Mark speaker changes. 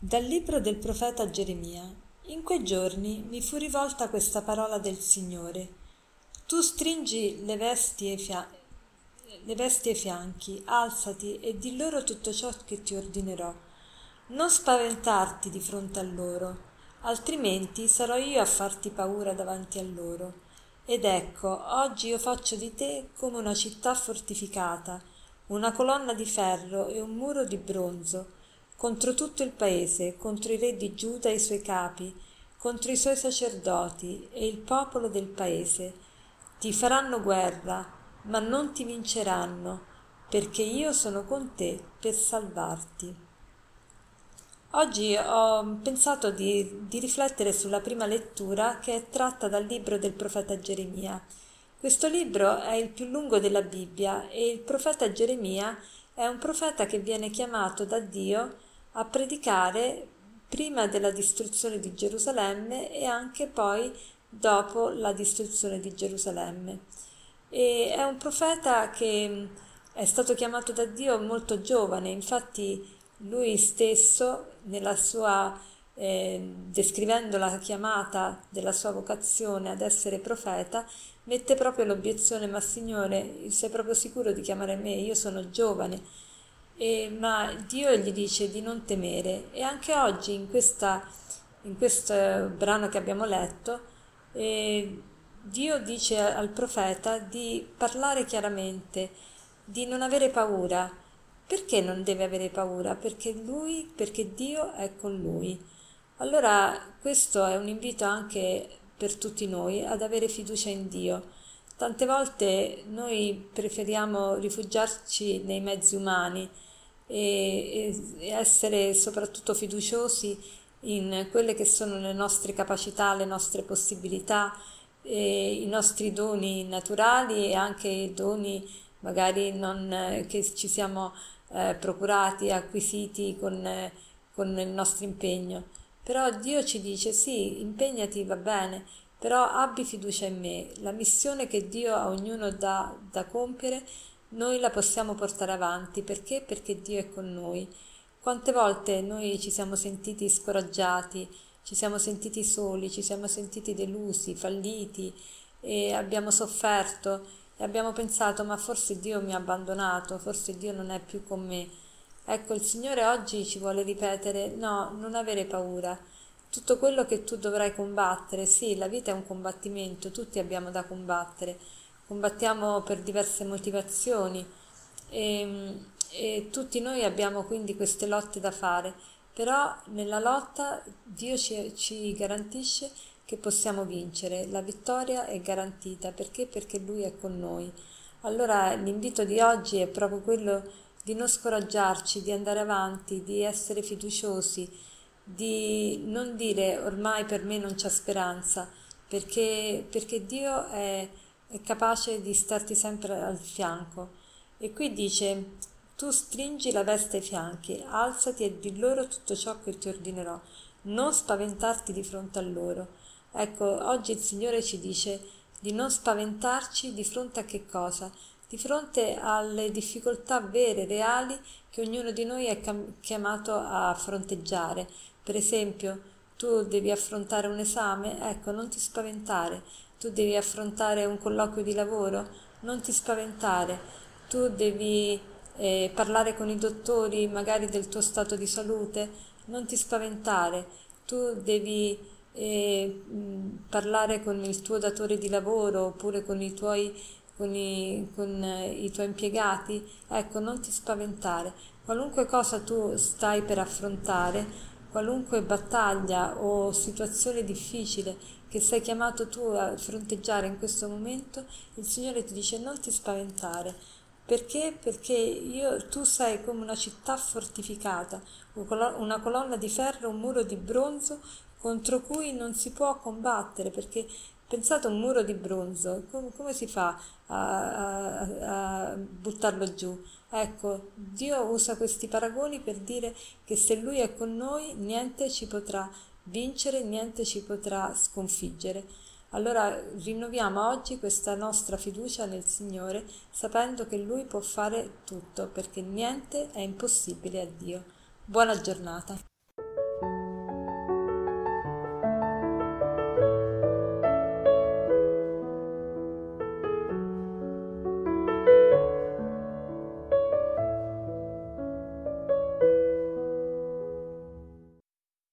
Speaker 1: Dal libro del profeta Geremia. In quei giorni mi fu rivolta questa parola del Signore. Tu stringi le vesti ai fianchi, alzati e di loro tutto ciò che ti ordinerò. Non spaventarti di fronte a loro, altrimenti sarò io a farti paura davanti a loro. Ed ecco, oggi io faccio di te come una città fortificata, una colonna di ferro e un muro di bronzo, contro tutto il paese, contro i re di Giuda e i suoi capi, contro i suoi sacerdoti e il popolo del paese. Ti faranno guerra, ma non ti vinceranno, perché io sono con te per salvarti. Oggi ho pensato di riflettere sulla prima lettura che è tratta dal libro del profeta Geremia. Questo libro è il più lungo della Bibbia e il profeta Geremia è un profeta che viene chiamato da Dio a predicare prima della distruzione di Gerusalemme e anche poi dopo la distruzione di Gerusalemme. E è un profeta che è stato chiamato da Dio molto giovane, infatti lui stesso nella sua descrivendo la chiamata della sua vocazione ad essere profeta, mette proprio l'obiezione: ma Signore, sei proprio sicuro di chiamare me? Io sono giovane. Ma Dio gli dice di non temere. E anche oggi in questo brano che abbiamo letto, Dio dice al profeta di parlare chiaramente, di non avere paura. Perché non deve avere paura? Perché Dio è con lui. Allora questo è un invito anche per tutti noi ad avere fiducia in Dio. Tante volte noi preferiamo rifugiarci nei mezzi umani e essere soprattutto fiduciosi in quelle che sono le nostre capacità, le nostre possibilità, i nostri doni naturali e anche i doni magari che ci siamo procurati, acquisiti con il nostro impegno. Però Dio ci dice: sì, impegnati, va bene, però abbi fiducia in me. La missione che Dio a ognuno dà da compiere, noi la possiamo portare avanti. Perché? Perché Dio è con noi. Quante volte noi ci siamo sentiti scoraggiati, ci siamo sentiti soli, ci siamo sentiti delusi, falliti e abbiamo sofferto e abbiamo pensato: ma forse Dio mi ha abbandonato, forse Dio non è più con me. Ecco, il Signore oggi ci vuole ripetere: no, non avere paura. Tutto quello che tu dovrai combattere, sì, la vita è un combattimento, tutti abbiamo da combattere, combattiamo per diverse motivazioni e tutti noi abbiamo quindi queste lotte da fare, però nella lotta Dio ci garantisce che possiamo vincere, la vittoria è garantita. Perché? Perché Lui è con noi. Allora l'invito di oggi è proprio quello di non scoraggiarci, di andare avanti, di essere fiduciosi, di non dire ormai per me non c'è speranza, perché Dio è capace di starti sempre al fianco. E qui dice: tu stringi la veste ai fianchi, alzati e di loro tutto ciò che ti ordinerò, non spaventarti di fronte a loro. Ecco, oggi il Signore ci dice di non spaventarci di fronte a che cosa? Di fronte alle difficoltà vere, reali, che ognuno di noi è chiamato a fronteggiare. Per esempio, tu devi affrontare un esame, ecco, non ti spaventare. Tu devi affrontare un colloquio di lavoro, non ti spaventare. Tu devi parlare con i dottori magari del tuo stato di salute, non ti spaventare. Tu devi parlare con il tuo datore di lavoro oppure con i tuoi impiegati, ecco, non ti spaventare. Qualunque cosa tu stai per affrontare, qualunque battaglia o situazione difficile che sei chiamato tu a fronteggiare in questo momento, il Signore ti dice: non ti spaventare. Perché? Perché tu sei come una città fortificata, una colonna di ferro, un muro di bronzo contro cui non si può combattere. Perché pensate, un muro di bronzo, come si fa a buttarlo giù? Ecco, Dio usa questi paragoni per dire che se Lui è con noi, niente ci potrà vincere, niente ci potrà sconfiggere. Allora rinnoviamo oggi questa nostra fiducia nel Signore, sapendo che Lui può fare tutto, perché niente è impossibile a Dio. Buona giornata.